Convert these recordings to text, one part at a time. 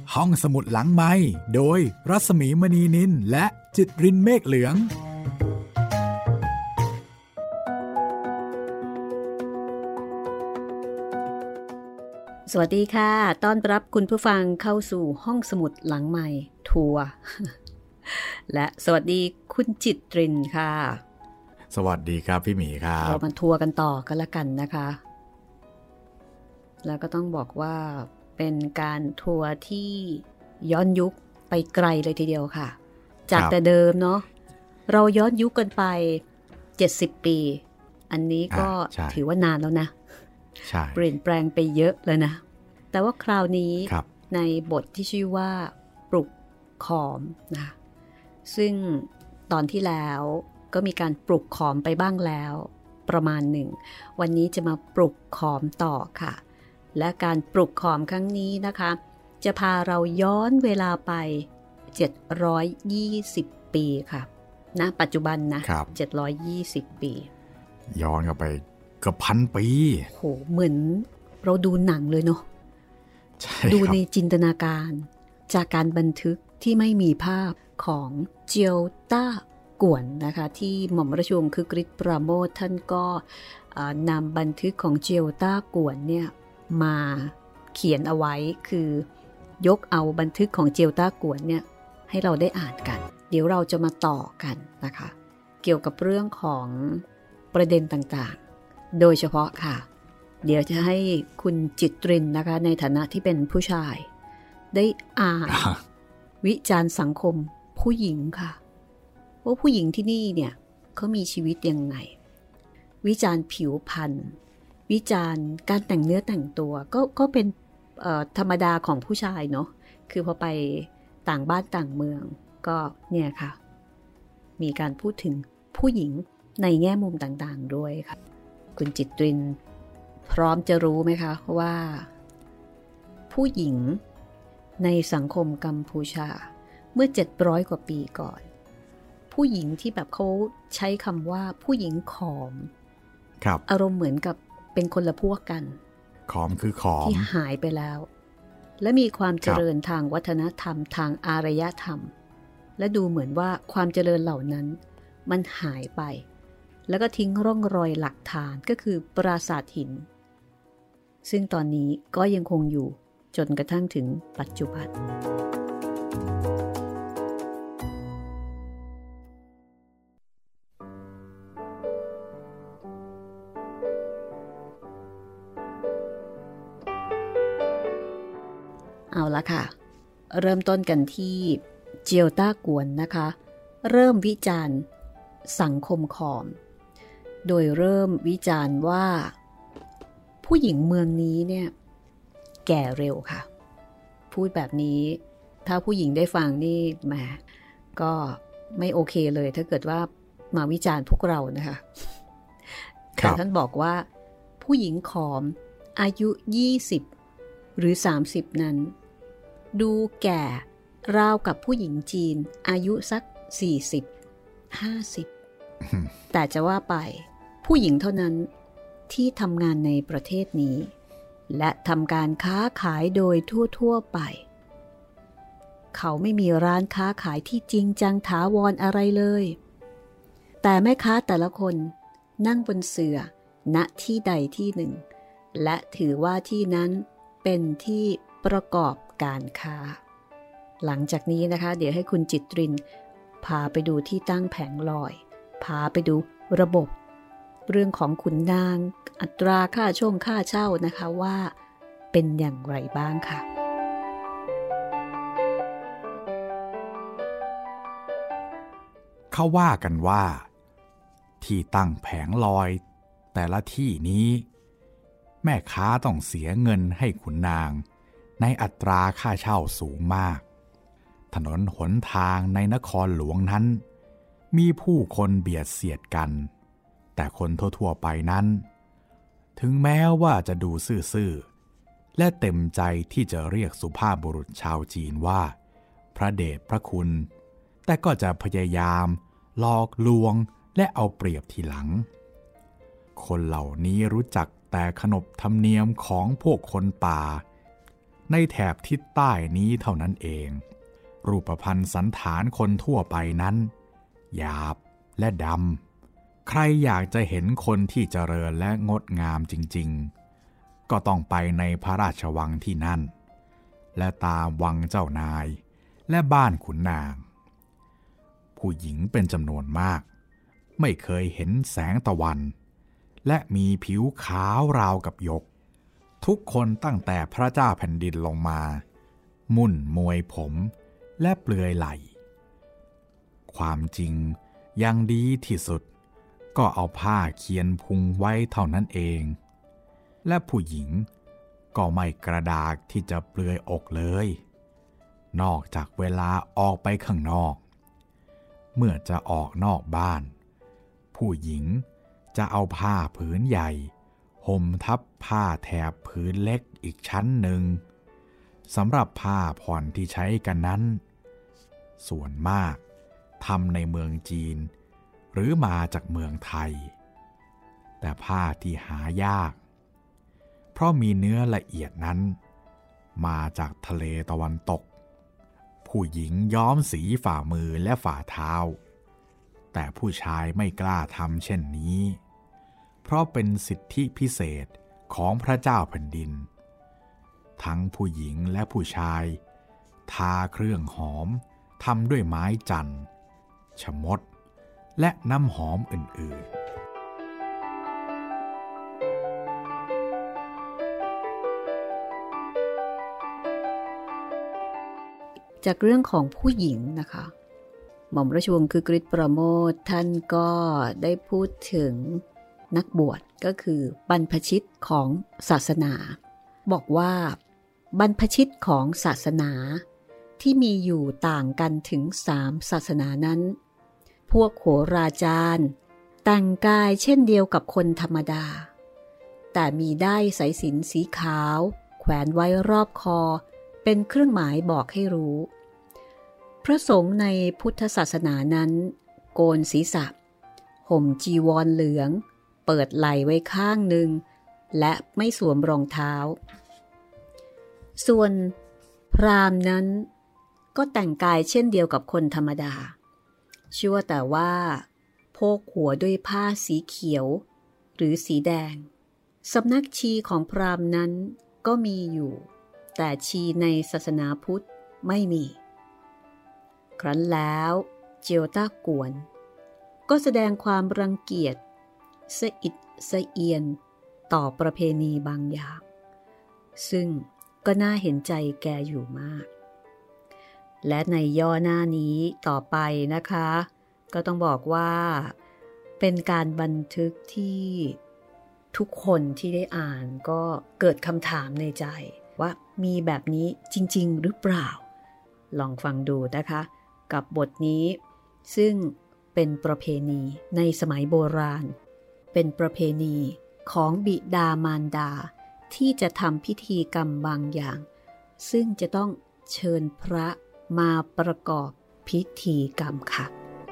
ห้องสมุดหลังไมค์โดยรัศมีมณีนินและจิตรินเมฆเหลืองสวัสดีค่ะต้อนรับคุณผู้ฟังเข้าสู่ห้องสมุดหลังไมค์ทัวร์และสวัสดีคุณจิตรินค่ะสวัสดีครับพี่หมีครับเรามาทัวร์กันต่อกันละกันนะคะแล้วก็ต้องบอกว่าเป็นการทัวร์ที่ย้อนยุคไปไกลเลยทีเดียวค่ะจากแต่เดิมเนาะเราย้อนยุคกันไป70ปีอันนี้ก็ถือว่านานแล้วนะเปลี่ยนแปลงไปเยอะเลยนะแต่ว่าคราวนี้ในบทที่ชื่อว่าปลุกขอมนะซึ่งตอนที่แล้วก็มีการปลุกขอมไปบ้างแล้วประมาณหนึ่งวันนี้จะมาปลุกขอมต่อค่ะและการปลุกขอมครั้งนี้นะคะจะพาเราย้อนเวลาไป720ปีค่ะณปัจจุบันนะ720ปีย้อนกลับไปเกือบ1,000 ปีโหเหมือนเราดูหนังเลยเนาะดูในจินตนาการจากการบันทึกที่ไม่มีภาพของเจียวต้ากวนนะคะที่หม่อมราชวงศ์คึกฤทธิ์ปราโมทย์ท่านก็นำบันทึกของเจียวต้ากวนเนี่ยมาเขียนเอาไว้คือยกเอาบันทึกของเจียวต้ากวนเนี่ยให้เราได้อ่านกันเดี๋ยวเราจะมาต่อกันนะคะเกี่ยวกับเรื่องของประเด็นต่างๆโดยเฉพาะค่ะเดี๋ยวจะให้คุณจิตรินนะคะในฐานะที่เป็นผู้ชายได้อ่านวิจารณ์สังคมผู้หญิงค่ะว่าผู้หญิงที่นี่เนี่ยเขามีชีวิตยังไงวิจารณ์ผิวพรรณวิจารณ์การแต่งเนื้อแต่งตัวก็เป็นธรรมดาของผู้ชายเนาะคือพอไปต่างบ้านต่างเมืองก็เนี่ยค่ะมีการพูดถึงผู้หญิงในแง่มุมต่างๆด้วยค่ะคุณจิตรินพร้อมจะรู้ไหมคะว่าผู้หญิงในสังคมกัมพูชาเมื่อ700 กว่าปีก่อนผู้หญิงที่แบบเขาใช้คำว่าผู้หญิงขอมอารมณ์เหมือนกับเป็นคนละพวกกันขอมคือขอมที่หายไปแล้วและมีความเจริญทางวัฒนธรรมทางอารยธรรมและดูเหมือนว่าความเจริญเหล่านั้นมันหายไปแล้วก็ทิ้งร่องรอยหลักฐานก็คือปราสาทหินซึ่งตอนนี้ก็ยังคงอยู่จนกระทั่งถึงปัจจุบันเอาละค่ะเริ่มต้นกันที่เจียวต้ากวนนะคะเริ่มวิจารณ์สังคมขอมโดยเริ่มวิจารณ์ว่าผู้หญิงเมืองนี้เนี่ยแก่เร็วค่ะพูดแบบนี้ถ้าผู้หญิงได้ฟังนี่แหมก็ไม่โอเคเลยถ้าเกิดว่ามาวิจารณ์พวกเรานะคะแต่ท่านบอกว่าผู้หญิงขอมอายุ20หรือ30นั้นดูแก่ราวกับผู้หญิงจีนอายุสัก40-50แต่จะว่าไปผู้หญิงเท่านั้นที่ทำงานในประเทศนี้และทำการค้าขายโดยทั่วๆไปเขาไม่มีร้านค้าขายที่จริงจังถาวรอะไรเลยแต่แม่ค้าแต่ละคนนั่งบนเสื่อณที่ใดที่หนึ่งและถือว่าที่นั้นเป็นที่ประกอบการค้าหลังจากนี้นะคะเดี๋ยวให้คุณจิตรินพาไปดูที่ตั้งแผงลอยพาไปดูระบบเรื่องของขุนนางอัตราค่าเช่านะคะว่าเป็นอย่างไรบ้างค่ะเขาว่ากันว่าที่ตั้งแผงลอยแต่ละที่นี้แม่ค้าต้องเสียเงินให้ขุนนางในอัตราค่าเช่าสูงมากถนนหนทางในนครหลวงนั้นมีผู้คนเบียดเสียดกันแต่คนทั่วๆไปนั้นถึงแม้ว่าจะดูซื่อๆและเต็มใจที่จะเรียกสุภาพบุรุษชาวจีนว่าพระเดชพระคุณแต่ก็จะพยายามหลอกลวงและเอาเปรียบทีหลังคนเหล่านี้รู้จักแต่ขนบธรรมเนียมของพวกคนป่าในแถบทิศใต้นี้เท่านั้นเองรูปพรรณสันฐานคนทั่วไปนั้นหยาบและดำใครอยากจะเห็นคนที่เจริญและงดงามจริงๆก็ต้องไปในพระราชวังที่นั่นและตามวังเจ้านายและบ้านขุนนางผู้หญิงเป็นจำนวนมากไม่เคยเห็นแสงตะวันและมีผิวขาวราวกับหยกทุกคนตั้งแต่พระเจ้าแผ่นดินลงมามุ่นมวยผมและเปลือยไหล่ความจริงยังดีที่สุดก็เอาผ้าเคียนพุงไว้เท่านั้นเองและผู้หญิงก็ไม่กระดากที่จะเปลือยอกเลยนอกจากเวลาออกไปข้างนอกเมื่อจะออกนอกบ้านผู้หญิงจะเอาผ้าผืนใหญ่ห่มทับผ้าแถบผืนเล็กอีกชั้นหนึ่งสำหรับผ้าผ่อนที่ใช้กันนั้นส่วนมากทำในเมืองจีนหรือมาจากเมืองไทยแต่ผ้าที่หายากเพราะมีเนื้อละเอียดนั้นมาจากทะเลตะวันตกผู้หญิงย้อมสีฝ่ามือและฝ่าเท้าแต่ผู้ชายไม่กล้าทำเช่นนี้เพราะเป็นสิทธิพิเศษของพระเจ้าแผ่นดินทั้งผู้หญิงและผู้ชายทาเครื่องหอมทำด้วยไม้จันทร์ชะมดและน้ำหอมอื่นๆจากเรื่องของผู้หญิงนะคะหม่อมราชวงศ์คือกฤษประโมทท่านก็ได้พูดถึงนักบวชก็คือบรรพชิตของศาสนาบอกว่าบรรพชิตของศาสนาที่มีอยู่ต่างกันถึง3ศาสนานั้นพวกโหราจารย์แต่งกายเช่นเดียวกับคนธรรมดาแต่มีด้ายสายสิญจน์สีขาวแขวนไว้รอบคอเป็นเครื่องหมายบอกให้รู้พระสงฆ์ในพุทธศาสนานั้นโกนศีรษะห่มจีวรเหลืองเปิดไหล่ไว้ข้างหนึ่งและไม่สวมรองเท้าส่วนพราหมณ์นั้นก็แต่งกายเช่นเดียวกับคนธรรมดาชั่วแต่ว่าโพกหัวด้วยผ้าสีเขียวหรือสีแดงสำนักชีของพราหมณ์นั้นก็มีอยู่แต่ชีในศาสนาพุทธไม่มีครั้นแล้วเจียวต้ากวนก็แสดงความรังเกียจสะอิดสะเอียนต่อประเพณีบางอย่างซึ่งก็น่าเห็นใจแกอยู่มากและในย่อหน้านี้ต่อไปนะคะก็ต้องบอกว่าเป็นการบันทึกที่ทุกคนที่ได้อ่านก็เกิดคำถามในใจว่ามีแบบนี้จริงๆหรือเปล่าลองฟังดูนะคะกับบทนี้ซึ่งเป็นประเพณีในสมัยโบราณเป็นประเพณีของบิดามารดาที่จะทำพิธีกรรมบางอย่างซึ่งจะต้องเชิญพระมาประกอบพิธีกรรมค่ะ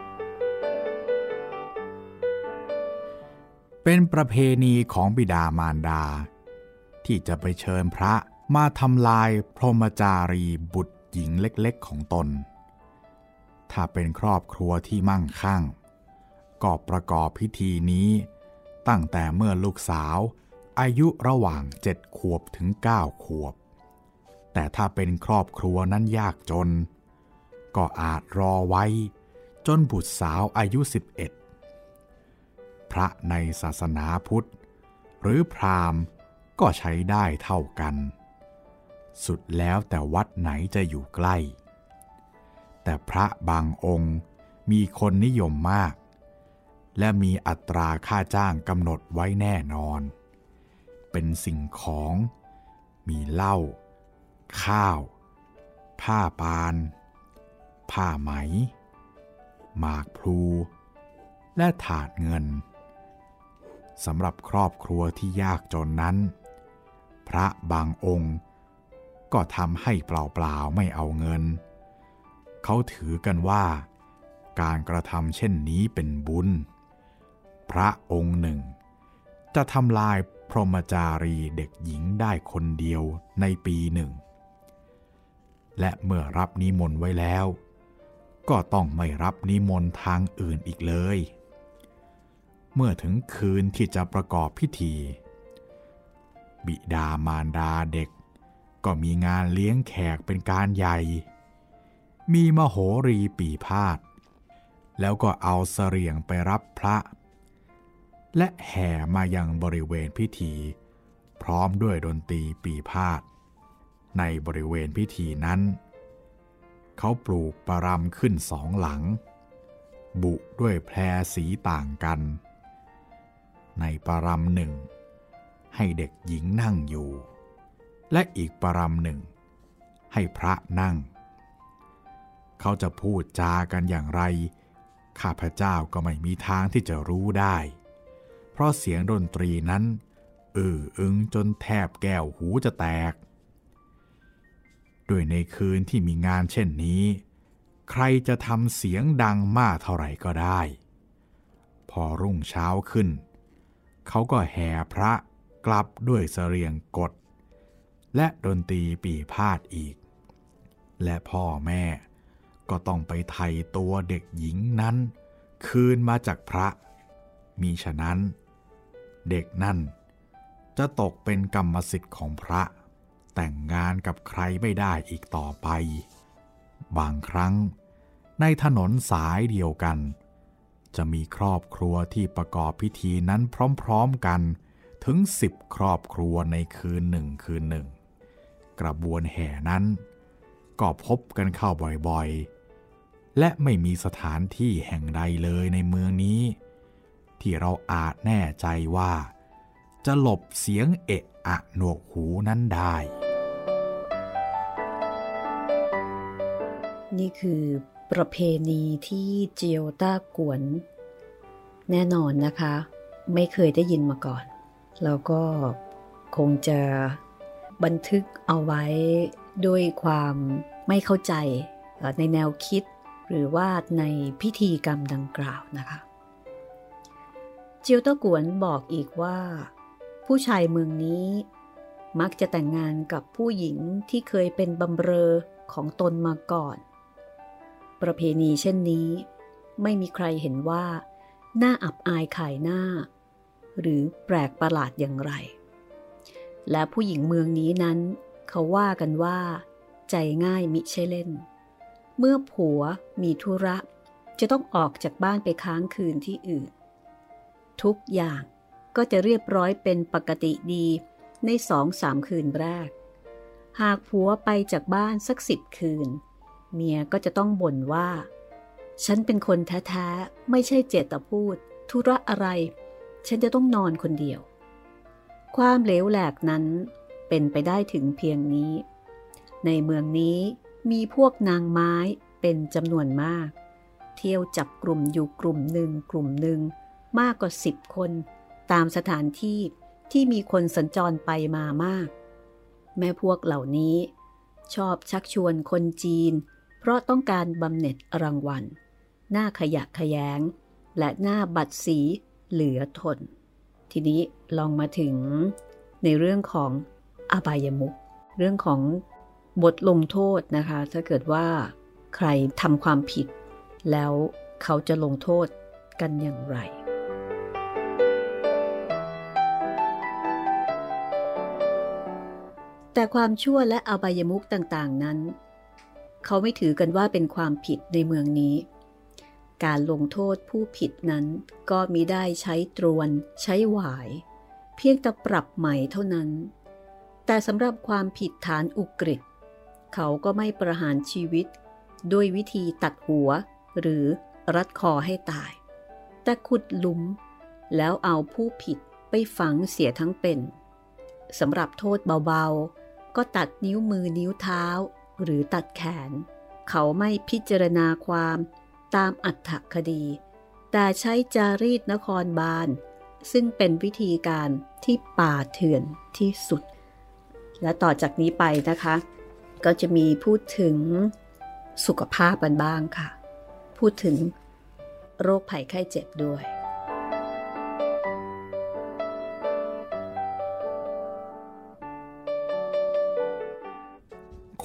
เป็นประเพณีของบิดามารดาที่จะไปเชิญพระมาทำลายพรหมจารีบุตรหญิงเล็กๆของตนถ้าเป็นครอบครัวที่มั่งคั่งก็ประกอบพิธีนี้ตั้งแต่เมื่อลูกสาวอายุระหว่าง7 ขวบถึง9 ขวบแต่ถ้าเป็นครอบครัวนั้นยากจนก็อาจรอไว้จนบุตรสาวอายุ11พระในศาสนาพุทธหรือพราหมณ์ก็ใช้ได้เท่ากันสุดแล้วแต่วัดไหนจะอยู่ใกล้แต่พระบางองค์มีคนนิยมมากและมีอัตราค่าจ้างกำหนดไว้แน่นอนเป็นสิ่งของมีเหล้าข้าวผ้าปานผ้าไหมหมากพลูและถาดเงินสำหรับครอบครัวที่ยากจนนั้นพระบางองค์ก็ทำให้เปล่าๆไม่เอาเงินเขาถือกันว่าการกระทำเช่นนี้เป็นบุญพระองค์หนึ่งจะทำลายพรหมจารีเด็กหญิงได้คนเดียวในปีหนึ่งและเมื่อรับนิมนต์ไว้แล้วก็ต้องไม่รับนิมนต์ทางอื่นอีกเลยเมื่อถึงคืนที่จะประกอบพิธีบิดามารดาเด็กก็มีงานเลี้ยงแขกเป็นการใหญ่มีมโหรีปี่พาทย์แล้วก็เอาเสรี่ยงไปรับพระและแห่มายังบริเวณพิธีพร้อมด้วยดนตรีปี่พาทย์ในบริเวณพิธีนั้นเขาปลูกปรำขึ้นสองหลังบุด้วยแพรสีต่างกันในปรำหนึ่งให้เด็กหญิงนั่งอยู่และอีกปรำหนึ่งให้พระนั่งเขาจะพูดจากันอย่างไรข้าพเจ้าก็ไม่มีทางที่จะรู้ได้เพราะเสียงดนตรีนั้นอึงจนแทบแก้วหูจะแตกด้วยในคืนที่มีงานเช่นนี้ใครจะทำเสียงดังมากเท่าไหร่ก็ได้พอรุ่งเช้าขึ้นเขาก็แห่พระกลับด้วยเสรี่ยงกฎและดนตรีปี่พาทย์อีกและพ่อแม่ก็ต้องไปไถ่ตัวเด็กหญิงนั้นคืนมาจากพระมิฉะนั้นเด็กนั่นจะตกเป็นกรรมสิทธิ์ของพระแต่งงานกับใครไม่ได้อีกต่อไปบางครั้งในถนนสายเดียวกันจะมีครอบครัวที่ประกอบพิธีนั้นพร้อมๆกันถึง10 ครอบครัวในคืนหนึ่งกระบวนแห่นั้นก็พบกันเข้าบ่อยๆและไม่มีสถานที่แห่งใดเลยในเมืองนี้ที่เราอาจแน่ใจว่าจะหลบเสียงเอะอะหนวกหูนั้นได้นี่คือประเพณีที่เจียวต้ากวนแน่นอนนะคะไม่เคยได้ยินมาก่อนแล้วก็คงจะบันทึกเอาไว้ด้วยความไม่เข้าใจในแนวคิดหรือว่าในพิธีกรรมดังกล่าวนะคะเจียวต้ากวนบอกอีกว่าผู้ชายเมืองนี้มักจะแต่งงานกับผู้หญิงที่เคยเป็นบำเรอของตนมาก่อนประเพณีเช่นนี้ไม่มีใครเห็นว่าน่าอับอายขายหน้าหรือแปลกประหลาดอย่างไรและผู้หญิงเมืองนี้นั้นเขาว่ากันว่าใจง่ายมิใช่เล่นเมื่อผัวมีธุระจะต้องออกจากบ้านไปค้างคืนที่อื่นทุกอย่างก็จะเรียบร้อยเป็นปกติดีใน 2-3 คืนแรกหากผัวไปจากบ้านสัก10 คืนเมียก็จะต้องบ่นว่าฉันเป็นคนแท้ๆไม่ใช่เจตพูดธุระอะไรฉันจะต้องนอนคนเดียวความเหลวแหลกนั้นเป็นไปได้ถึงเพียงนี้ในเมืองนี้มีพวกนางไม้เป็นจำนวนมากเที่ยวจับกลุ่มอยู่กลุ่มหนึ่งมากกว่า10 คนตามสถานที่ที่มีคนสัญจรไปมามากแม่พวกเหล่านี้ชอบชักชวนคนจีนเพราะต้องการบำเหน็จรางวัลหน้าขยะแขยงและหน้าบัดสีเหลือทนทีนี้ลองมาถึงในเรื่องของอบายมุขเรื่องของบทลงโทษนะคะถ้าเกิดว่าใครทำความผิดแล้วเขาจะลงโทษกันอย่างไรแต่ความชั่วและอบายมุขต่างๆนั้นเขาไม่ถือกันว่าเป็นความผิดในเมืองนี้การลงโทษผู้ผิดนั้นก็มิได้ใช้ตรวนใช้หวายเพียงแต่ปรับใหม่เท่านั้นแต่สำหรับความผิดฐานอุกฤษเขาก็ไม่ประหารชีวิตด้วยวิธีตัดหัวหรือรัดคอให้ตายแต่ขุดหลุมแล้วเอาผู้ผิดไปฝังเสียทั้งเป็นสำหรับโทษเบาๆก็ตัดนิ้วมือนิ้วเท้าหรือตัดแขนเขาไม่พิจารณาความตามอรรถคดีแต่ใช้จารีตนครบาลซึ่งเป็นวิธีการที่ป่าเถื่อนที่สุดและต่อจากนี้ไปนะคะก็จะมีพูดถึงสุขภาพกันบ้างค่ะพูดถึงโรคภัยไข้เจ็บด้วย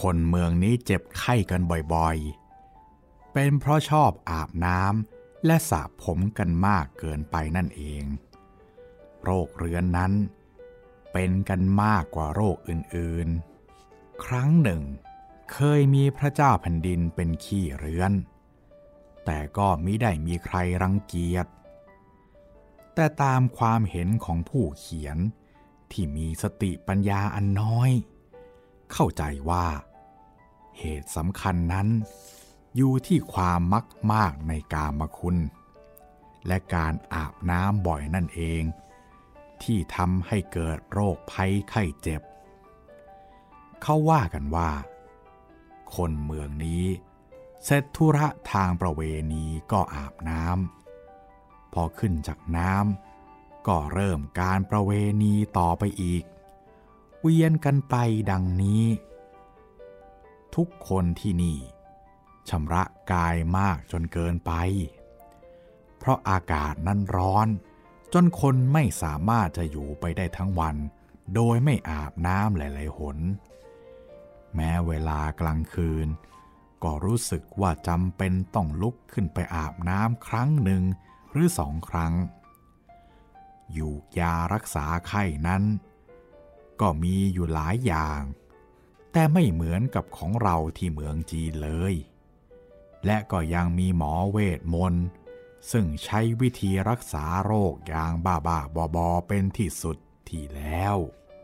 คนเมืองนี้เจ็บไข้กันบ่อยๆเป็นเพราะชอบอาบน้ำและสระผมกันมากเกินไปนั่นเองโรคเรื้อนนั้นเป็นกันมากกว่าโรคอื่นๆครั้งหนึ่งเคยมีพระเจ้าแผ่นดินเป็นขี้เรื้อนแต่ก็มิได้มีใครรังเกียจแต่ตามความเห็นของผู้เขียนที่มีสติปัญญาอันน้อยเข้าใจว่าเหตุสำคัญนั้นอยู่ที่ความมักมากในกามคุณและการอาบน้ำบ่อยนั่นเองที่ทำให้เกิดโรคภัยไข้เจ็บเขาว่ากันว่าคนเมืองนี้เสร็จธุระทางประเวณีก็อาบน้ำพอขึ้นจากน้ำก็เริ่มการประเวณีต่อไปอีกเวียนกันไปดังนี้ทุกคนที่นี่ชำระกายมากจนเกินไปเพราะอากาศนั้นร้อนจนคนไม่สามารถจะอยู่ไปได้ทั้งวันโดยไม่อาบน้ำหลายๆหนแม้เวลากลางคืนก็รู้สึกว่าจำเป็นต้องลุกขึ้นไปอาบน้ำครั้งหนึ่งหรือ2 ครั้งยูกยารักษาไข้นั้นก็มีอยู่หลายอย่างแต่ไม่เหมือนกับของเราที่เมืองจีนเลยและก็ยังมีหมอเวทมนต์ซึ่งใช้วิธีรักษาโรคอย่างบ้าๆบอๆเป็นที่สุดที่แล้ว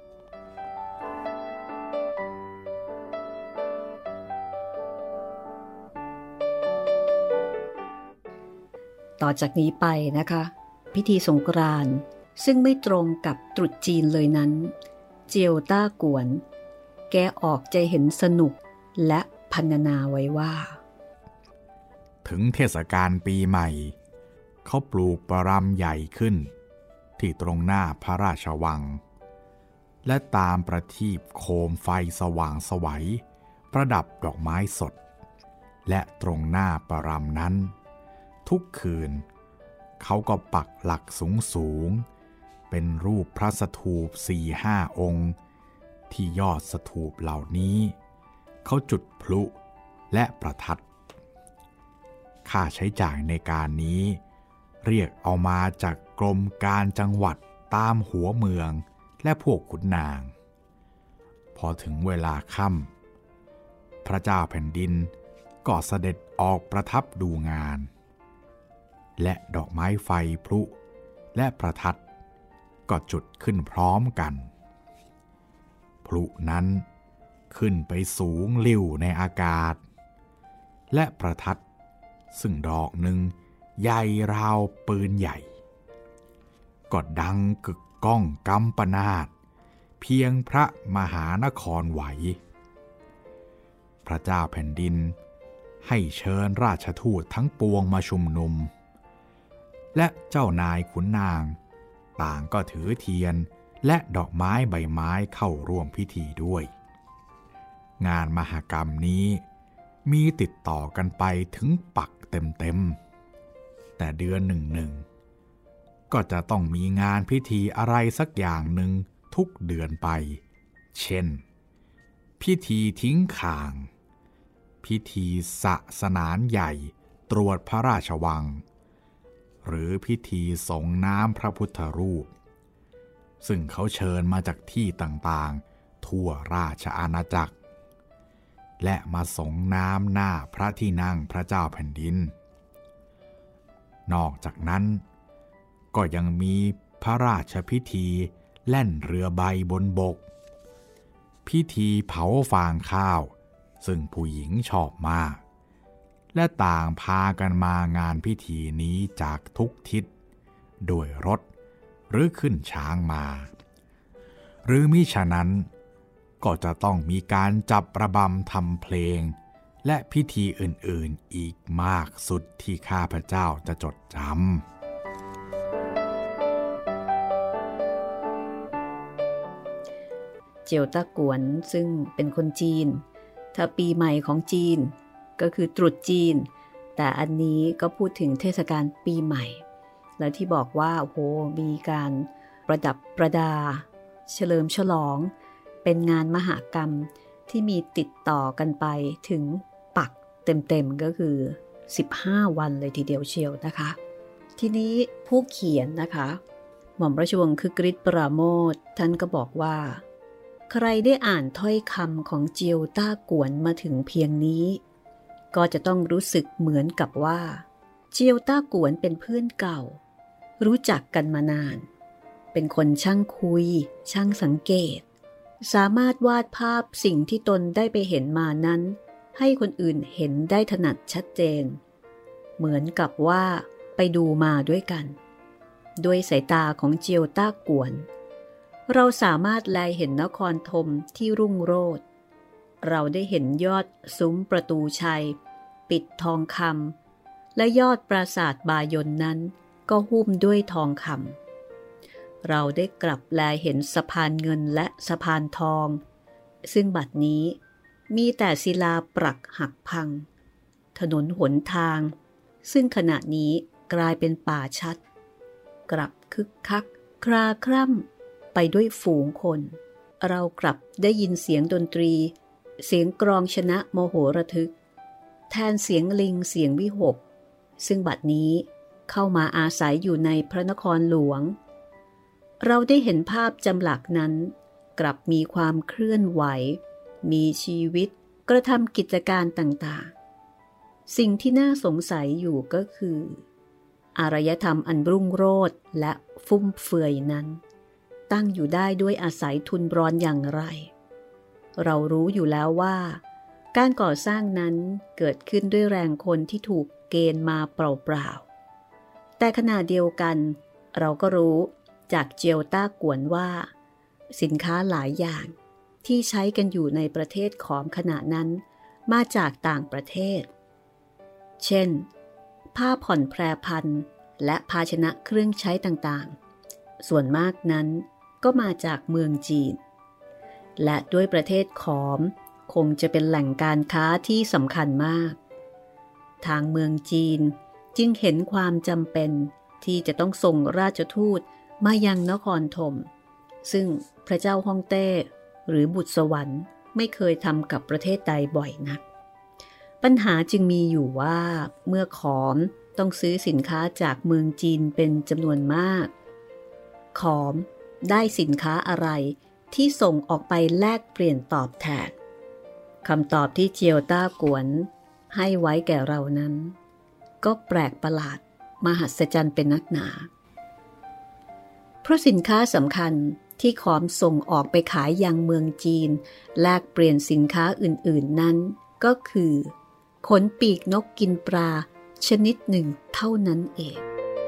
ต่อจากนี้ไปนะคะพิธีสงกรานต์ซึ่งไม่ตรงกับตรุษจีนเลยนั้นเจียวต้ากวนแกออกใจเห็นสนุกและพรรณนาไว้ว่าถึงเทศกาลปีใหม่เขาปลูกประรำใหญ่ขึ้นที่ตรงหน้าพระราชวังและตามประทีปโคมไฟสว่างไสวประดับดอกไม้สดและตรงหน้าประรำนั้นทุกคืนเขาก็ปักหลักสูงเป็นรูปพระสถูป 4-5 องค์ที่ยอดสถูปเหล่านี้เขาจุดพลุและประทัดค่าใช้จ่ายในการนี้เรียกเอามาจากกรมการจังหวัดตามหัวเมืองและพวกขุนนางพอถึงเวลาค่ำพระเจ้าแผ่นดินก็เสด็จออกประทับดูงานและดอกไม้ไฟพลุและประทัดก็จุดขึ้นพร้อมกันพลุนั้นขึ้นไปสูงลิ่วในอากาศและประทัดซึ่งดอกหนึ่งใหญ่ราวปืนใหญ่ก็ดังกึกก้องกำปนาตเพียงพระมหานครไหวพระเจ้าแผ่นดินให้เชิญราชทูตทั้งปวงมาชุมนุมและเจ้านายขุนนางต่างก็ถือเทียนและดอกไม้ใบไม้เข้าร่วมพิธีด้วยงานมหกรรมนี้มีติดต่อกันไปถึงปักเต็มๆแต่เดือนหนึ่งก็จะต้องมีงานพิธีอะไรสักอย่างหนึ่งทุกเดือนไปเช่นพิธีทิ้งข่างพิธีสะสนานใหญ่ตรวจพระราชวังหรือพิธีส่งน้ำพระพุทธรูปซึ่งเขาเชิญมาจากที่ต่างๆทั่วราชอาณาจักรและมาส่งน้ำหน้าพระที่นั่งพระเจ้าแผ่นดินนอกจากนั้นก็ยังมีพระราชพิธีแล่นเรือใบบนบกพิธีเผาฟางข้าวซึ่งผู้หญิงชอบมากและต่างพากันมางานพิธีนี้จากทุกทิศโดยรถหรือขึ้นช้างมาหรือมิฉะนั้นก็จะต้องมีการจับระบำทำเพลงและพิธีอื่นๆอีกมากสุดที่ข้าพเจ้าจะจดจำเจียวต้ากวนซึ่งเป็นคนจีนถ้าปีใหม่ของจีนก็คือตรุษจีนแต่อันนี้ก็พูดถึงเทศกาลปีใหม่แล้วที่บอกว่าโอ้โหมีการประดับประดาเฉลิมฉลองเป็นงานมหกรรมที่มีติดต่อกันไปถึงปักเต็มๆก็คือ15 วันเลยทีเดียวเชียวนะคะทีนี้ผู้เขียนนะคะหม่อมราชวงศ์คึกฤทธิ์ปราโมทย์ท่านก็บอกว่าใครได้อ่านถ้อยคำของเจียวต้ากวนมาถึงเพียงนี้ก็จะต้องรู้สึกเหมือนกับว่าเจียวต้ากวนเป็นเพื่อนเก่ารู้จักกันมานานเป็นคนช่างคุยช่างสังเกตสามารถวาดภาพสิ่งที่ตนได้ไปเห็นมานั้นให้คนอื่นเห็นได้ถนัดชัดเจนเหมือนกับว่าไปดูมาด้วยกันด้วยสายตาของเจียวต้ากวนเราสามารถแลเห็นนครธมที่รุ่งโรจน์เราได้เห็นยอดซุ้มประตูชัยปิดทองคำและยอดปราสาทบายนนั้นก็หุ้มด้วยทองคำเราได้กลับแลเห็นสะพานเงินและสะพานทองซึ่งบัดนี้มีแต่ศิลาปรักหักพังถนนหนทางซึ่งขณะนี้กลายเป็นป่าชัดกลับคึกคักคลาคร่ำไปด้วยฝูงคนเรากลับได้ยินเสียงดนตรีเสียงกลองชนะโมโหระทึกแทนเสียงลิงเสียงวิหกซึ่งบัดนี้เข้ามาอาศัยอยู่ในพระนครหลวงเราได้เห็นภาพจำหลักนั้นกลับมีความเคลื่อนไหวมีชีวิตกระทำกิจการต่างๆสิ่งที่น่าสงสัยอยู่ก็คืออารยธรรมอันรุ่งโรจน์และฟุ่มเฟือยนั้นตั้งอยู่ได้ด้วยอาศัยทุนร้อนอย่างไรเรารู้อยู่แล้วว่าการก่อสร้างนั้นเกิดขึ้นด้วยแรงคนที่ถูกเกณฑ์มาเปล่าๆแต่ขณะเดียวกันเราก็รู้จากเจียวต้ากวนว่าสินค้าหลายอย่างที่ใช้กันอยู่ในประเทศขอมขณะนั้นมาจากต่างประเทศเช่นผ้าผ่อนแพรพันและภาชนะเครื่องใช้ต่างๆส่วนมากนั้นก็มาจากเมืองจีนและด้วยประเทศขอมคงจะเป็นแหล่งการค้าที่สำคัญมากทางเมืองจีนจึงเห็นความจำเป็นที่จะต้องส่งราชทูตมายังนครธมซึ่งพระเจ้าฮ่องเต้หรือบุตรสวรรค์ไม่เคยทำกับประเทศใดบ่อยนักปัญหาจึงมีอยู่ว่าเมื่อขอมต้องซื้อสินค้าจากเมืองจีนเป็นจำนวนมากขอมได้สินค้าอะไรที่ส่งออกไปแลกเปลี่ยนตอบแทนคำตอบที่เจียวต้ากวนให้ไว้แก่เรานั้นก็แปลกประหลาดมหัศจรรย์เป็นนักหนาเพราะสินค้าสำคัญที่ขอมส่งออกไปขายยังเมืองจีนแลกเปลี่ยนสินค้าอื่นๆนั้นก็คือขนปีกนกกินปลาชนิดหนึ่งเท่านั้นเอง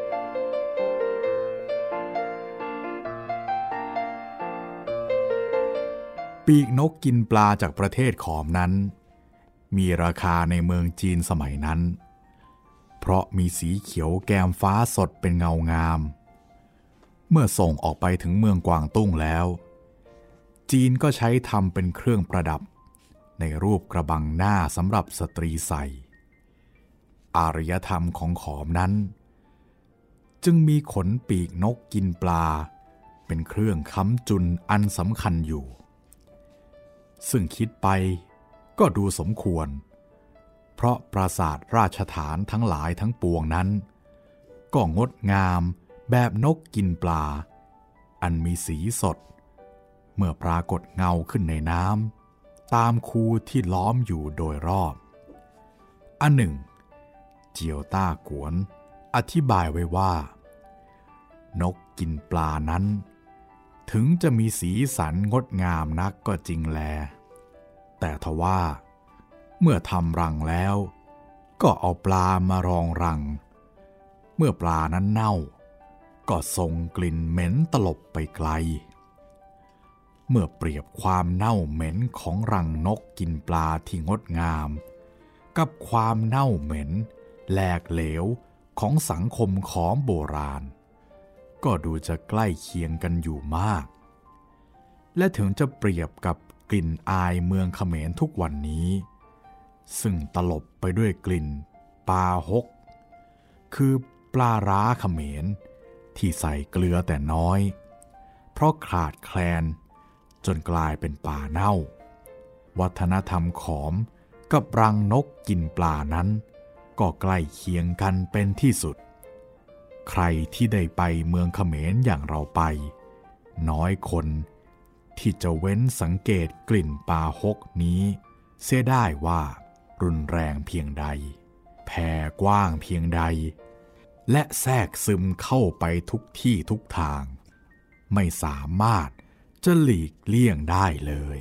ปีกนกกินปลาจากประเทศขอมนั้นมีราคาในเมืองจีนสมัยนั้นเพราะมีสีเขียวแก้มฟ้าสดเป็นเงางามเมื่อส่งออกไปถึงเมืองกวางตุ้งแล้วจีนก็ใช้ทำเป็นเครื่องประดับในรูปกระบังหน้าสำหรับสตรีใส่อารยธรรมของขอมนั้นจึงมีขนปีกนกกินปลาเป็นเครื่องค้ำจุนอันสำคัญอยู่ซึ่งคิดไปก็ดูสมควรเพราะปราสาทราชฐานทั้งหลายทั้งปวงนั้นก็งดงามแบบนกกินปลาอันมีสีสดเมื่อปรากฏเงาขึ้นในน้ำตามคูที่ล้อมอยู่โดยรอบอันหนึ่งเจียวต้ากวนอธิบายไว้ว่านกกินปลานั้นถึงจะมีสีสันงดงามนักก็จริงแลแต่ทว่าเมื่อทำรังแล้วก็เอาปลามารองรังเมื่อปลานั้นเน่าก็ส่งกลิ่นเหม็นตลบไปไกลเมื่อเปรียบความเน่าเหม็นของรังนกกินปลาที่งดงามกับความเน่าเหม็นแหลกเหลวของสังคมขอมโบราณก็ดูจะใกล้เคียงกันอยู่มากและถึงจะเปรียบกับกลิ่นอายเมืองเขมรทุกวันนี้ซึ่งตลบไปด้วยกลิ่นปาฮกคือปลาร้าเขมรที่ใส่เกลือแต่น้อยเพราะขาดแคลนจนกลายเป็นป่าเน่าวัฒนธรรมขอมกับรังนกกินปลานั้นก็ใกล้เคียงกันเป็นที่สุดใครที่ได้ไปเมืองเขมรอย่างเราไปน้อยคนที่จะเว้นสังเกตกลิ่นปาฮกนี้เสียได้ว่ารุนแรงเพียงใดแผ่กว้างเพียงใดและแทรกซึมเข้าไปทุกที่ทุกทางไม่สามารถจะหลีกเลี่ยงได้เลย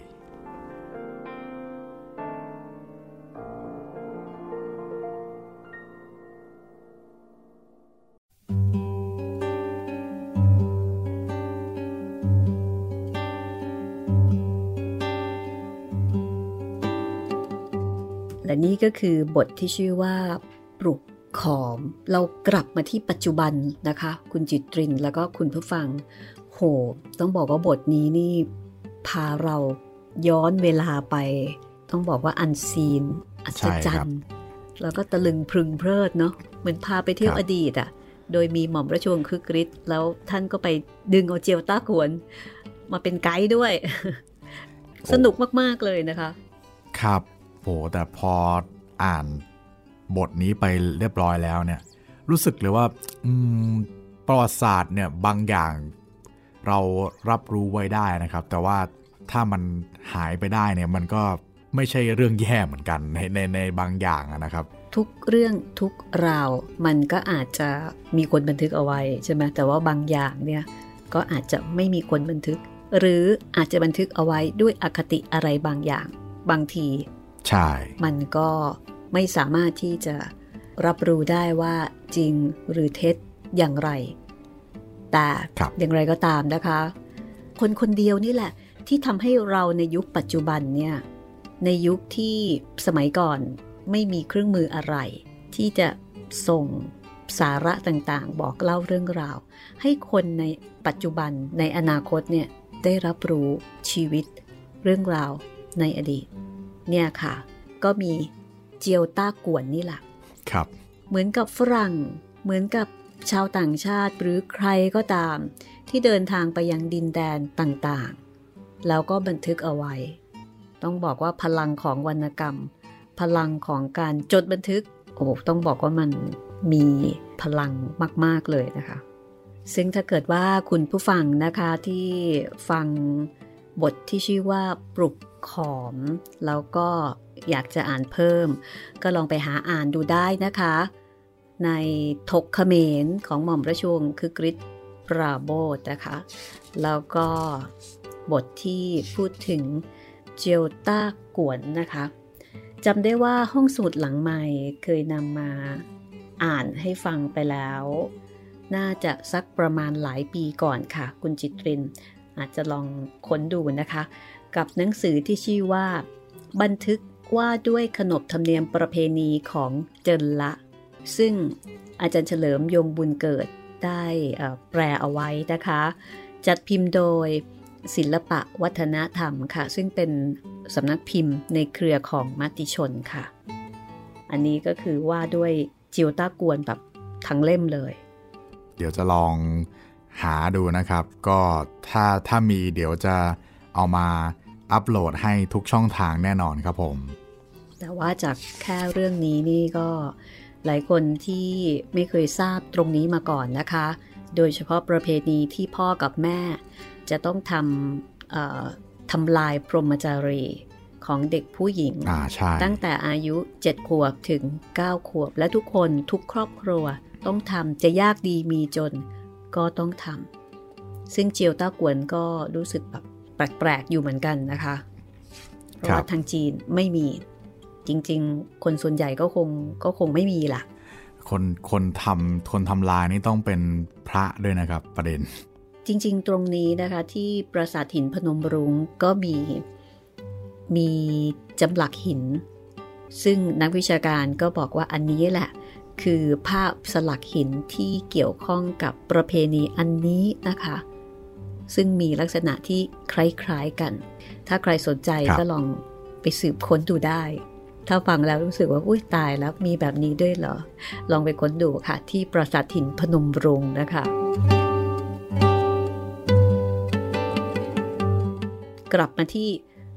และนี่ก็คือบทที่ชื่อว่าปลุกขอมเรากลับมาที่ปัจจุบันนะคะคุณจิตรินแล้วก็คุณผู้ฟังโหต้องบอกว่าบทนี้นี่พาเราย้อนเวลาไปต้องบอกว่าอันซีนอัศจรรย์แล้วก็ตะลึงพรึงเพลิดเนาะเหมือนพาไปเที่ยวอดีตอ่ะโดยมีหม่อมราชวงศ์คึกฤทธิ์แล้วท่านก็ไปดึงเอาเจียวต้ากวนมาเป็นไกด์ด้วย สนุกมากๆเลยนะคะครับโหแต่พออ่านบทนี้ไปเรียบร้อยแล้วเนี่ยรู้สึกเลยว่าประวัติศาสตร์เนี่ยบางอย่างเรารับรู้ไว้ได้นะครับแต่ว่าถ้ามันหายไปได้เนี่ยมันก็ไม่ใช่เรื่องแย่เหมือนกันในบางอย่างนะครับทุกเรื่องทุกราวมันก็อาจจะมีคนบันทึกเอาไว้ใช่ไหมแต่ว่าบางอย่างเนี่ยก็อาจจะไม่มีคนบันทึกหรืออาจจะบันทึกเอาไว้ด้วยอคติอะไรบางอย่างบางทีใช่มันก็ไม่สามารถที่จะรับรู้ได้ว่าจริงหรือเท็จอย่างไรแต่อย่างไรก็ตามนะคะคนคนเดียวนี่แหละที่ทำให้เราในยุคปัจจุบันเนี่ยในยุคที่สมัยก่อนไม่มีเครื่องมืออะไรที่จะส่งสาระต่างๆบอกเล่าเรื่องราวให้คนในปัจจุบันในอนาคตเนี่ยได้รับรู้ชีวิตเรื่องราวในอดีตเนี่ยค่ะก็มีเจียวต้ากวนนี่แหละครับเหมือนกับฝรั่งเหมือนกับชาวต่างชาติหรือใครก็ตามที่เดินทางไปยังดินแดนต่างๆแล้วก็บันทึกเอาไว้ต้องบอกว่าพลังของวรรณกรรมพลังของการจดบันทึกต้องบอกว่ามันมีพลังมากๆเลยนะคะซึ่งถ้าเกิดว่าคุณผู้ฟังนะคะที่ฟังบทที่ชื่อว่าปลุกขอมแล้วก็อยากจะอ่านเพิ่มก็ลองไปหาอ่านดูได้นะคะในถกเขมรของหม่อมราชวงศ์คึกฤทธิ์ปราโมทย์นะคะแล้วก็บทที่พูดถึงเจียวต้ากวนนะคะจำได้ว่าห้องสมุดหลังใหม่เคยนำมาอ่านให้ฟังไปแล้วน่าจะสักประมาณหลายปีก่อนค่ะคุณจิตรินอาจจะลองค้นดูนะคะกับหนังสือที่ชื่อว่าบันทึกว่าด้วยขนบธรรมเนียมประเพณีของเจินละซึ่งอาจารย์เฉลิมยงบุญเกิดได้แปลเอาไว้นะคะจัดพิมพ์โดยศิลปะวัฒนธรรมค่ะซึ่งเป็นสำนักพิมพ์ในเครือของมติชนค่ะอันนี้ก็คือว่าด้วยเจียวต้ากวนแบบทั้งเล่มเลยเดี๋ยวจะลองหาดูนะครับก็ถ้ามีเดี๋ยวจะเอามาอัปโหลดให้ทุกช่องทางแน่นอนครับผมแต่ว่าจากแค่เรื่องนี้นี่ก็หลายคนที่ไม่เคยทราบตรงนี้มาก่อนนะคะโดยเฉพาะประเพณีที่พ่อกับแม่จะต้องทำลายพรหมจารีของเด็กผู้หญิงตั้งแต่อายุ7ขวบถึง9ขวบและทุกคนทุกครอบครัวต้องทำจะยากดีมีจนก็ต้องทำซึ่งเจียวต้ากวนก็รู้สึกแบบแปลกๆอยู่เหมือนกันนะคะเพราะว่าทางจีนไม่มีจริงๆคนส่วนใหญ่ก็คงไม่มีล่ะคนทำลายนี่ต้องเป็นพระด้วยนะครับประเด็นจริงๆตรงนี้นะคะที่ปราสาทหินพนมรุ้งก็มีจำหลักหินซึ่งนักวิชาการก็บอกว่าอันนี้แหละคือภาพสลักหินที่เกี่ยวข้องกับประเพณีอันนี้นะคะซึ่งมีลักษณะที่คล้ายๆกันถ้าใครสนใจก็ลองไปสืบค้นดูได้ถ้าฟังแล้วรู้สึกว่าอุ้ยตายแล้วมีแบบนี้ด้วยเหรอลองไปค้นดูค่ะที่ปราสาทหินพนมรุ้งนะคะกลับมาที่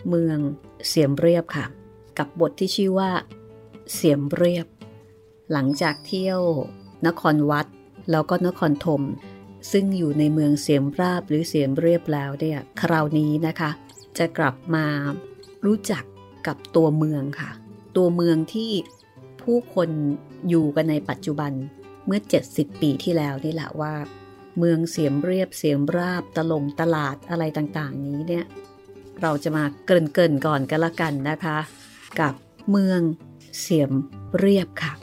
เมืองเสียมเรียบค่ะกับบทที่ชื่อว่าเสียมเรียบหลังจากเที่ยวนครวัดแล้วก็นครธมซึ่งอยู่ในเมืองเสียมราบหรือเสียมเรียบแล้วเนี่ยคราวนี้นะคะจะกลับมารู้จักกับตัวเมืองค่ะตัวเมืองที่ผู้คนอยู่กันในปัจจุบันเมื่อ70ปีที่แล้วนี่แหละว่าเมืองเสียมเรียบเสียมราบตลาดอะไรต่างๆนี้เนี่ยเราจะมาเกริ่นก่อนกันละกันนะคะกับเมืองเสียมเรียบค่ะ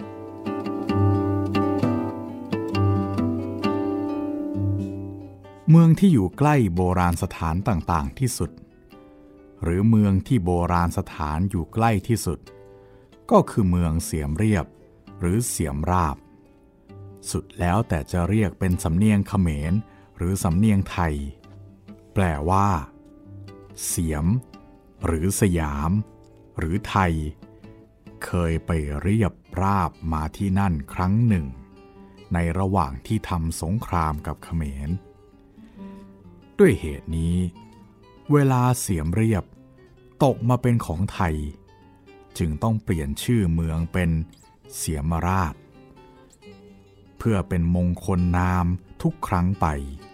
เมืองที่อยู่ใกล้โบราณสถานต่างๆที่สุดหรือเมืองที่โบราณสถานอยู่ใกล้ที่สุดก็คือเมืองเสียมเรียบหรือเสียมราบสุดแล้วแต่จะเรียกเป็นสำเนียงเขมรหรือสำเนียงไทยแปลว่าเสียมหรือสยามหรือไทยเคยไปเรียบราบมาที่นั่นครั้งหนึ่งในระหว่างที่ทำสงครามกับเขมรด้วยเหตุนี้เวลาเสียมเรียบตกมาเป็นของไทยจึงต้องเปลี่ยนชื่อเมืองเป็นเสียมราชเพื่อเป็นมงคลนามทุกครั้งไป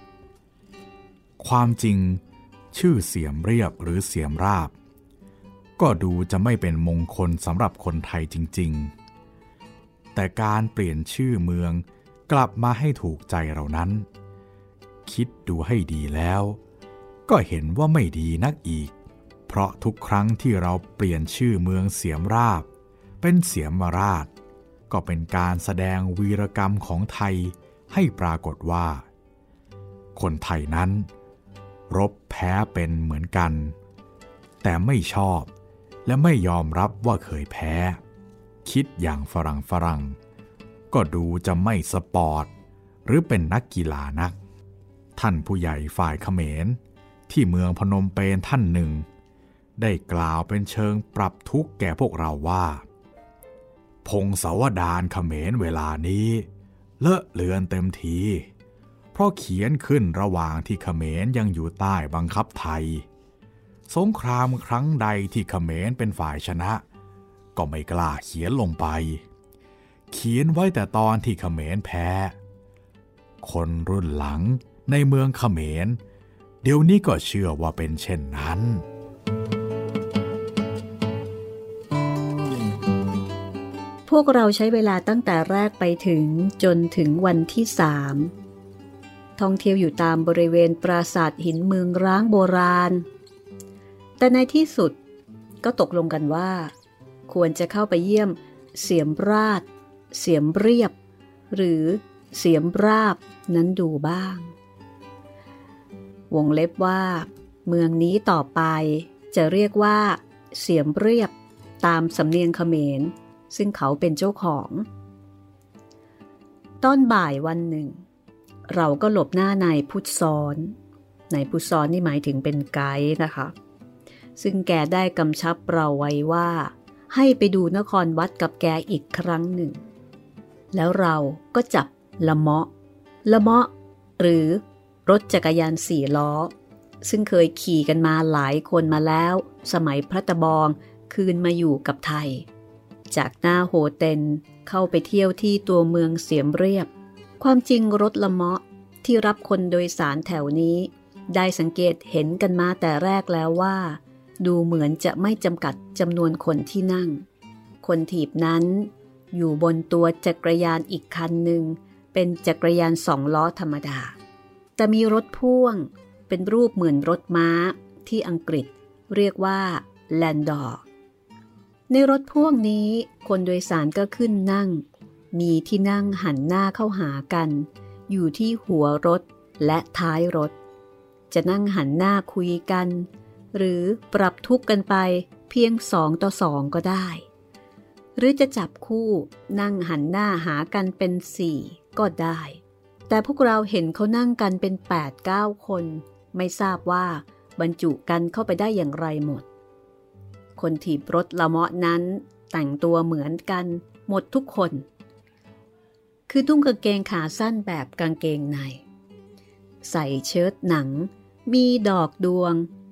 ความจริงชื่อเสียมเรียบหรือเสียมราบก็ดูจะไม่เป็นมงคลสำหรับคนไทยจริงๆแต่การเปลี่ยนชื่อเมืองกลับมาให้ถูกใจเรานั้นคิดดูให้ดีแล้วก็เห็นว่าไม่ดีนักอีกเพราะทุกครั้งที่เราเปลี่ยนชื่อเมืองเสียมราบเป็นเสียมราชก็เป็นการแสดงวีรกรรมของไทยให้ปรากฏว่าคนไทยนั้นรบแพ้เป็นเหมือนกันแต่ไม่ชอบและไม่ยอมรับว่าเคยแพ้คิดอย่างฝรั่งก็ดูจะไม่สปอร์ตหรือเป็นนักกีฬานักท่านผู้ใหญ่ฝ่ายเขมรที่เมืองพนมเปญท่านหนึ่งได้กล่าวเป็นเชิงปรับทุกข์แก่พวกเราว่าพงศาวดารเขมรเวลานี้เลอะเลือนเต็มทีเพราะเขียนขึ้นระหว่างที่เขมรยังอยู่ใต้บังคับไทยสงครามครั้งใดที่เขมรเป็นฝ่ายชนะก็ไม่กล้าเขียนลงไปเขียนไว้แต่ตอนที่เขมรแพ้คนรุ่นหลังในเมืองเขมรเดี๋ยวนี้ก็เชื่อว่าเป็นเช่นนั้นพวกเราใช้เวลาตั้งแต่แรกไปถึงจนถึงวันที่3ท่องเที่ยวอยู่ตามบริเวณปราสาทหินเมืองร้างโบราณแต่ในที่สุดก็ตกลงกันว่าควรจะเข้าไปเยี่ยมเสียมราชเสียมเรียบหรือเสียมราบนั้นดูบ้างวงเล็บว่าเมืองนี้ต่อไปจะเรียกว่าเสียมเรียบตามสำเนียงเขมรซึ่งเขาเป็นเจ้าของตอนบ่ายวันหนึ่งเราก็หลบหน้านายพุทธซ้อนนายพุทธซ้อนนี่หมายถึงเป็นไกด์นะคะซึ่งแกได้กำชับเราไว้ว่าให้ไปดูนครวัดกับแกอีกครั้งหนึ่งแล้วเราก็จับละเมาะหรือรถจักรยาน4 ล้อซึ่งเคยขี่กันมาหลายคนมาแล้วสมัยพระตะบองคืนมาอยู่กับไทยจากหน้าโฮเต็นเข้าไปเที่ยวที่ตัวเมืองเสียมเรียบความจริงรถละเมาะที่รับคนโดยสารแถวนี้ได้สังเกตเห็นกันมาแต่แรกแล้วว่าดูเหมือนจะไม่จำกัดจำนวนคนที่นั่งคนถีบนั้นอยู่บนตัวจักรยานอีกคันหนึ่งเป็นจักรยาน2 ล้อธรรมดาแต่มีรถพ่วงเป็นรูปเหมือนรถม้าที่อังกฤษเรียกว่าแลนดอร์ในรถพ่วงนี้คนโดยสารก็ขึ้นนั่งมีที่นั่งหันหน้าเข้าหากันอยู่ที่หัวรถและท้ายรถจะนั่งหันหน้าคุยกันหรือปรับทุกข์กันไปเพียง2 ต่อ 2ก็ได้หรือจะจับคู่นั่งหันหน้าหากันเป็น4ก็ได้แต่พวกเราเห็นเขานั่งกันเป็น 8-9 คนไม่ทราบว่าบรรจุกันเข้าไปได้อย่างไรหมดคนถีบรถละเมาะนั้นแต่งตัวเหมือนกันหมดทุกคนคือนุ่งกางเกงขาสั้นแบบกางเกงในใส่เชิ้ตหนังมีดอกดวง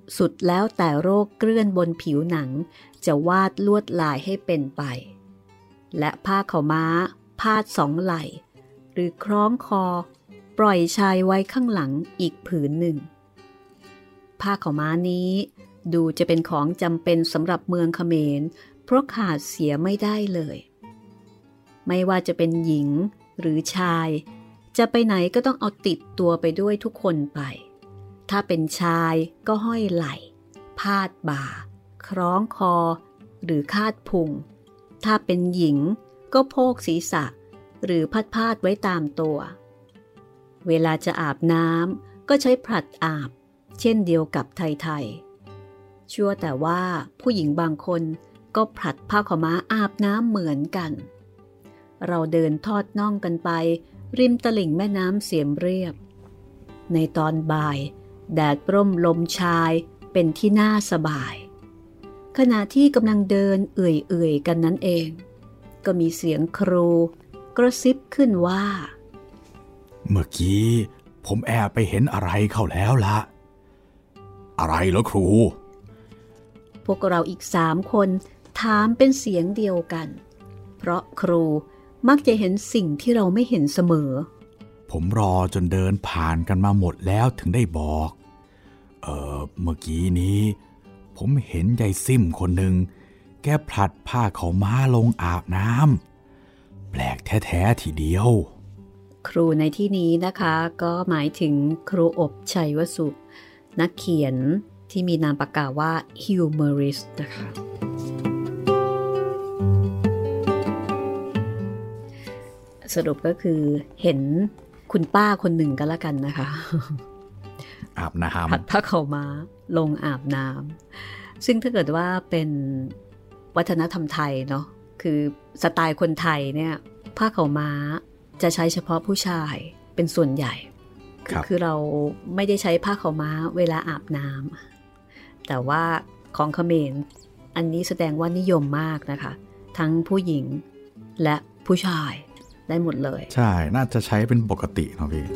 สุดแล้วแต่โรคเกลื่อนบนผิวหนังจะวาดลวดลายให้เป็นไปและผ้าขาวม้าพาด2 ไหล่หรือคล้องคอปล่อยชายไว้ข้างหลังอีกผืนหนึ่งผ้าขาวม้านี้ดูจะเป็นของจำเป็นสำหรับเมืองเขมรเพราะขาดเสียไม่ได้เลยไม่ว่าจะเป็นหญิงหรือชายจะไปไหนก็ต้องเอาติดตัวไปด้วยทุกคนไปถ้าเป็นชายก็ห้อยไหล่พาดบ่าคล้องคอหรือคาดพุงถ้าเป็นหญิงก็โพกศีรษะหรือพาดไว้ตามตัวเวลาจะอาบน้ำก็ใช้ผลัดอาบเช่นเดียวกับไทยๆชั่วแต่ว่าผู้หญิงบางคนก็ผลัดผ้าขาวม้าอาบน้ำเหมือนกันเราเดินทอดน่องกันไปริมตลิ่งแม่น้ำเสียมเรียบในตอนบ่ายแดดร่มลมชายเป็นที่น่าสบายขณะที่กำลังเดินเอื่อยๆกันนั้นเองก็มีเสียงครูกระซิบขึ้นว่าเมื่อกี้ผมแอบไปเห็นอะไรเข้าแล้วละอะไรเหรอครูพวกเราอีก3 คนถามเป็นเสียงเดียวกันเพราะครูมักจะเห็นสิ่งที่เราไม่เห็นเสมอผมรอจนเดินผ่านกันมาหมดแล้วถึงได้บอกเมื่อกี้นี้ผมเห็นยายซิ่มคนหนึ่งแกผลัดผ้าขาวม้าลงอาบน้ำแปลกแท้ๆทีเดียวครูในที่นี้นะคะก็หมายถึงครูอบชัยวสุขนักเขียนที่มีนามปากกาว่า humorist นะคะสรุปก็คือเห็นคุณป้าคนหนึ่งก็แล้วกันนะคะอาบน้ำผัดผ้าขาวม้าลงอาบน้ำซึ่งถ้าเกิดว่าเป็นวัฒนธรรมไทยเนาะคือสไตล์คนไทยเนี่ยผ้าขาวม้าจะใช้เฉพาะผู้ชายเป็นส่วนใหญ่คือเราไม่ได้ใช้ผ้าขาวม้าเวลาอาบน้ำแต่ว่าของเขมรอันนี้แสดงว่านิยมมากนะคะทั้งผู้หญิงและผู้ชายได้หมดเลยใช่น่าจะใช้เป็นปกติเนาะพี่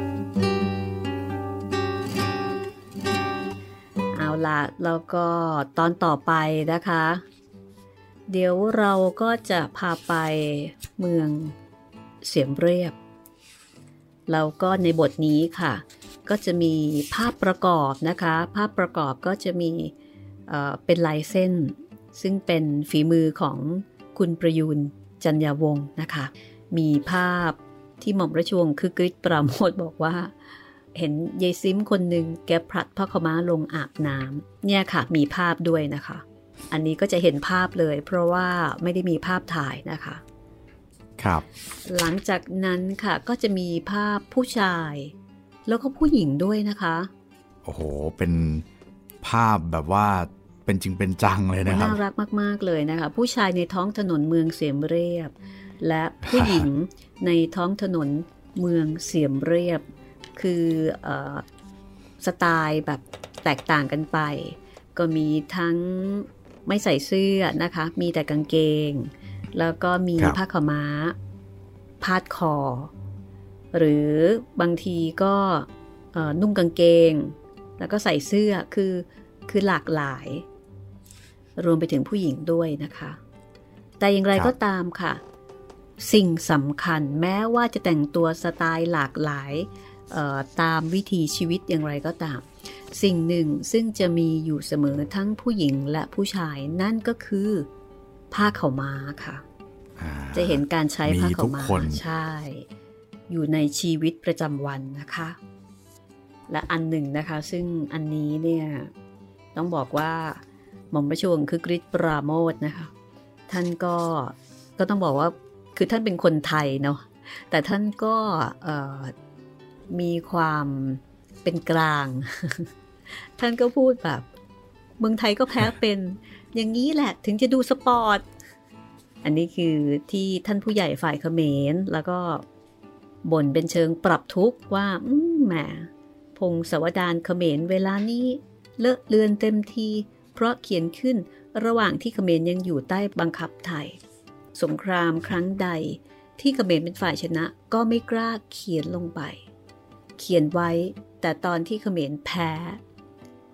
เอาละแล้วก็ตอนต่อไปนะคะเดี๋ยวเราก็จะพาไปเมืองเสียมเรียบแล้วก็ในบทนี้ค่ะก็จะมีภาพประกอบนะคะภาพประกอบก็จะมีเป็นลายเส้นซึ่งเป็นฝีมือของคุณประยูรจันยาวงศ์นะคะมีภาพที่หม่อมราชวงศ์คึกฤทธิ์ปราโมทย์บอกว่าเห็นยายซิมคนหนึ่งแกผลัดผ้าขาวม้าลงอาบน้ำเนี่ยค่ะมีภาพด้วยนะคะอันนี้ก็จะเห็นภาพเลยเพราะว่าไม่ได้มีภาพถ่ายนะคะครับหลังจากนั้นค่ะก็จะมีภาพผู้ชายแล้วก็ผู้หญิงด้วยนะคะโอ้โหเป็นภาพแบบว่าเป็นจริงเป็นจังเลยนะครับน่ารักมากๆเลยนะคะผู้ชายในท้องถนนเมืองเสียมเรียบและผู้หญิงในท้องถนนเมืองเสียมเรียบคือสไตล์แบบแตกต่างกันไปก็มีทั้งไม่ใส่เสื้อนะคะมีแต่กางเกงแล้วก็มีผ้าขาวม้าพาดคอหรือบางทีก็นุ่งกางเกงแล้วก็ใส่เสื้อคือหลากหลายรวมไปถึงผู้หญิงด้วยนะคะแต่อย่างไรก็ตามค่ะสิ่งสำคัญแม้ว่าจะแต่งตัวสไตล์หลากหลายตามวิถีชีวิตอย่างไรก็ตามสิ่งหนึ่งซึ่งจะมีอยู่เสมอทั้งผู้หญิงและผู้ชายนั่นก็คือผ้าขาวม้าค่ะจะเห็นการใช้ผ้าขาวม้าใช่อยู่ในชีวิตประจำวันนะคะและอันหนึ่งนะคะซึ่งอันนี้เนี่ยต้องบอกว่าหม่อมราชวงศ์คึกฤทธิ์ปราโมทย์นะคะท่านก็ต้องบอกว่าคือท่านเป็นคนไทยเนาะแต่ท่านก็มีความเป็นกลางท่านก็พูดแบบเมืองไทยก็แพ้เป็นอย่างนี้แหละถึงจะดูสปอร์ตอันนี้คือที่ท่านผู้ใหญ่ฝ่ายเขมรแล้วก็บ่นเป็นเชิงปรับทุกข์ว่าแหมพงศาวดารเขมรเวลานี้เลอะเลือนเต็มทีเพราะเขียนขึ้นระหว่างที่เขมรยังอยู่ใต้บังคับไทยสงครามครั้งใดที่เขมรเป็นฝ่ายชนะก็ไม่กล้าเขียนลงไปเขียนไว้แต่ตอนที่เขมรแพ้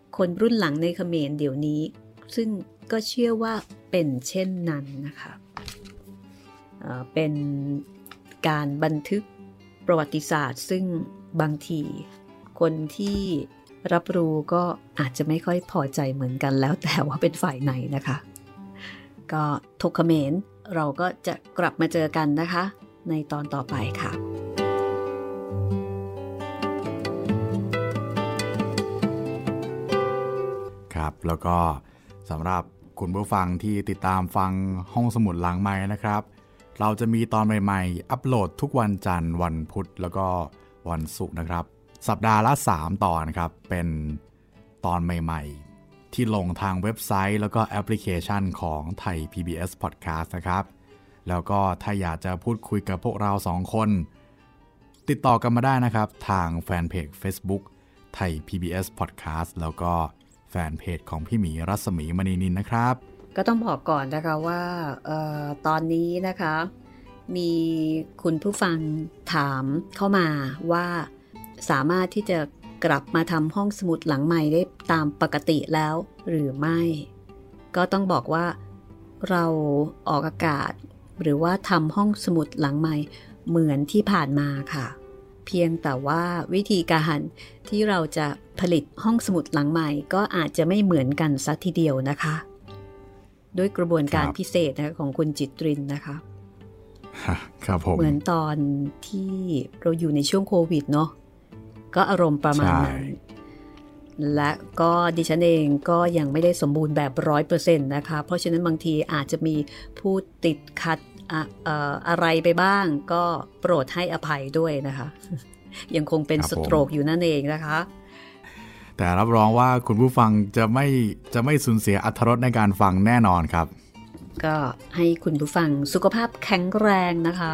คนรุ่นหลังในเขมรเดี๋ยวนี้ซึ่งก็เชื่อว่าเป็นเช่นนั้นนะคะเป็นการบันทึกประวัติศาสตร์ซึ่งบางทีคนที่รับรู้ก็อาจจะไม่ค่อยพอใจเหมือนกันแล้วแต่ว่าเป็นฝ่ายไหนนะคะก็ถกเขมรเราก็จะกลับมาเจอกันนะคะในตอนต่อไปค่ะครับแล้วก็สำหรับคุณผู้ฟังที่ติดตามฟังห้องสมุดหลังไมค์นะครับเราจะมีตอนใหม่ๆอัปโหลดทุกวันจันทร์วันพุธแล้วก็วันศุกร์นะครับสัปดาห์ละ3ตอนครับเป็นตอนใหม่ๆที่ลงทางเว็บไซต์แล้วก็แอปพลิเคชันของไทย PBS Podcast นะครับแล้วก็ถ้าอยากจะพูดคุยกับพวกเรา2คนติดต่อกันมาได้นะครับทางแฟนเพจ Facebook ไทย PBS Podcast แล้วก็แฟนเพจของพี่หมีรัศมีมณีนินนะครับก็ต้องบอกก่อนนะคะว่าตอนนี้นะคะมีคุณผู้ฟังถามเข้ามาว่าสามารถที่จะกลับมาทำห้องสมุดหลังใหม่ได้ตามปกติแล้วหรือไม่ก็ต้องบอกว่าเราออกอากาศหรือว่าทำห้องสมุดหลังใหม่เหมือนที่ผ่านมาค่ะเพียงแต่ว่าวิธีการที่เราจะผลิตห้องสมุดหลังใหม่ก็อาจจะไม่เหมือนกันซะทีเดียวนะคะด้วยกระบวนการพิเศษนะคะของคุณจิตรินนะคะครับผมเหมือนตอนที่เราอยู่ในช่วงโควิดเนาะก็อารมณ์ประมาณนั้นและก็ดิฉันเองก็ยังไม่ได้สมบูรณ์แบบ 100% นะคะเพราะฉะนั้นบางทีอาจจะมีผู้ติดขัดอะไรไปบ้างก็โปรดให้อภัยด้วยนะคะยังคงเป็นสโตรกอยู่นั่นเองนะคะแต่รับรองว่าคุณผู้ฟังจะไม่สูญเสียอรรถรสในการฟังแน่นอนครับก็ให้คุณผู้ฟังสุขภาพแข็งแรงนะคะ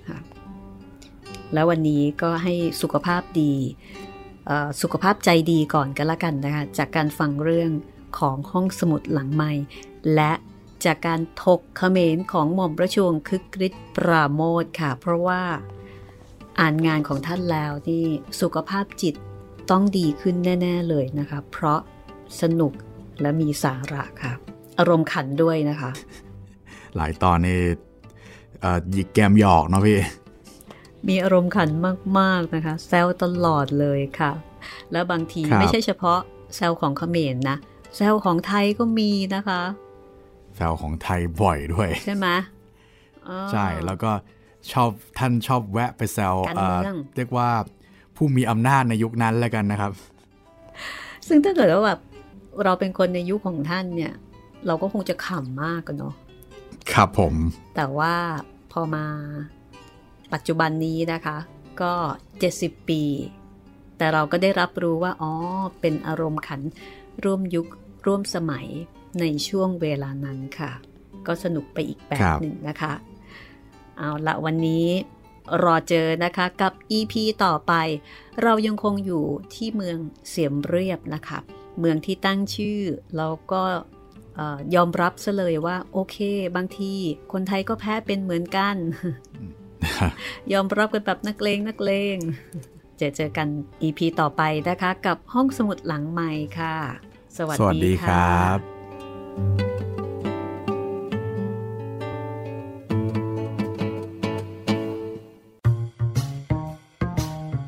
แล้ววันนี้ก็ให้สุขภาพดีสุขภาพใจดีก่อนกันละกันนะคะจากการฟังเรื่องของห้องสมุดหลังใหม่และจากการถกเขมรของหม่อมราชวงศ์คึกฤทธิ์ปราโมทค่ะเพราะว่าอ่านงานของท่านแล้วนี่สุขภาพจิตต้องดีขึ้นแน่ๆเลยนะคะเพราะสนุกและมีสาระค่ะอารมณ์ขันด้วยนะคะหลายตอนนี่หยิกแกมหยอกเนาะพี่มีอารมณ์ขันมากๆนะคะแซวตลอดเลยค่ะแล้วบางทีไม่ใช่เฉพาะแซวของเขมรนะแซวของไทยก็มีนะคะแซวของไทยบ่อยด้วยใช่ไหมใช่แล้วก็ท่านชอบแวะไปแซวเรียกว่าผู้มีอำนาจในยุคนั้นแล้วกันนะครับซึ่งถ้าเกิดว่าแบบเราเป็นคนในยุคของท่านเนี่ยเราก็คงจะขำมากกันเนาะครับผมแต่ว่าพอมาปัจจุบันนี้นะคะก็70ปีแต่เราก็ได้รับรู้ว่าอ๋อเป็นอารมณ์ขันร่วมยุคร่วมสมัยในช่วงเวลานั้นค่ะก็สนุกไปอีกแบบหนึ่งนะคะเอาละวันนี้รอเจอนะคะกับ EP ต่อไปเรายังคงอยู่ที่เมืองเสียมเรียบนะคะเมืองที่ตั้งชื่อแล้วก็ยอมรับซะเลยว่าโอเคบางทีคนไทยก็แพ้เป็นเหมือนกัน ยอมรับกันแบบนักเลงเจอกัน EP ต่อไปนะคะกับห้องสมุดหลังใหม่ค่ะสวัสดีครับ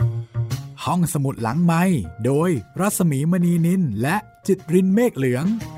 ห้องสมุดหลังไมค์โดยรัศมีมณีนินและจิตรินเมฆเหลือง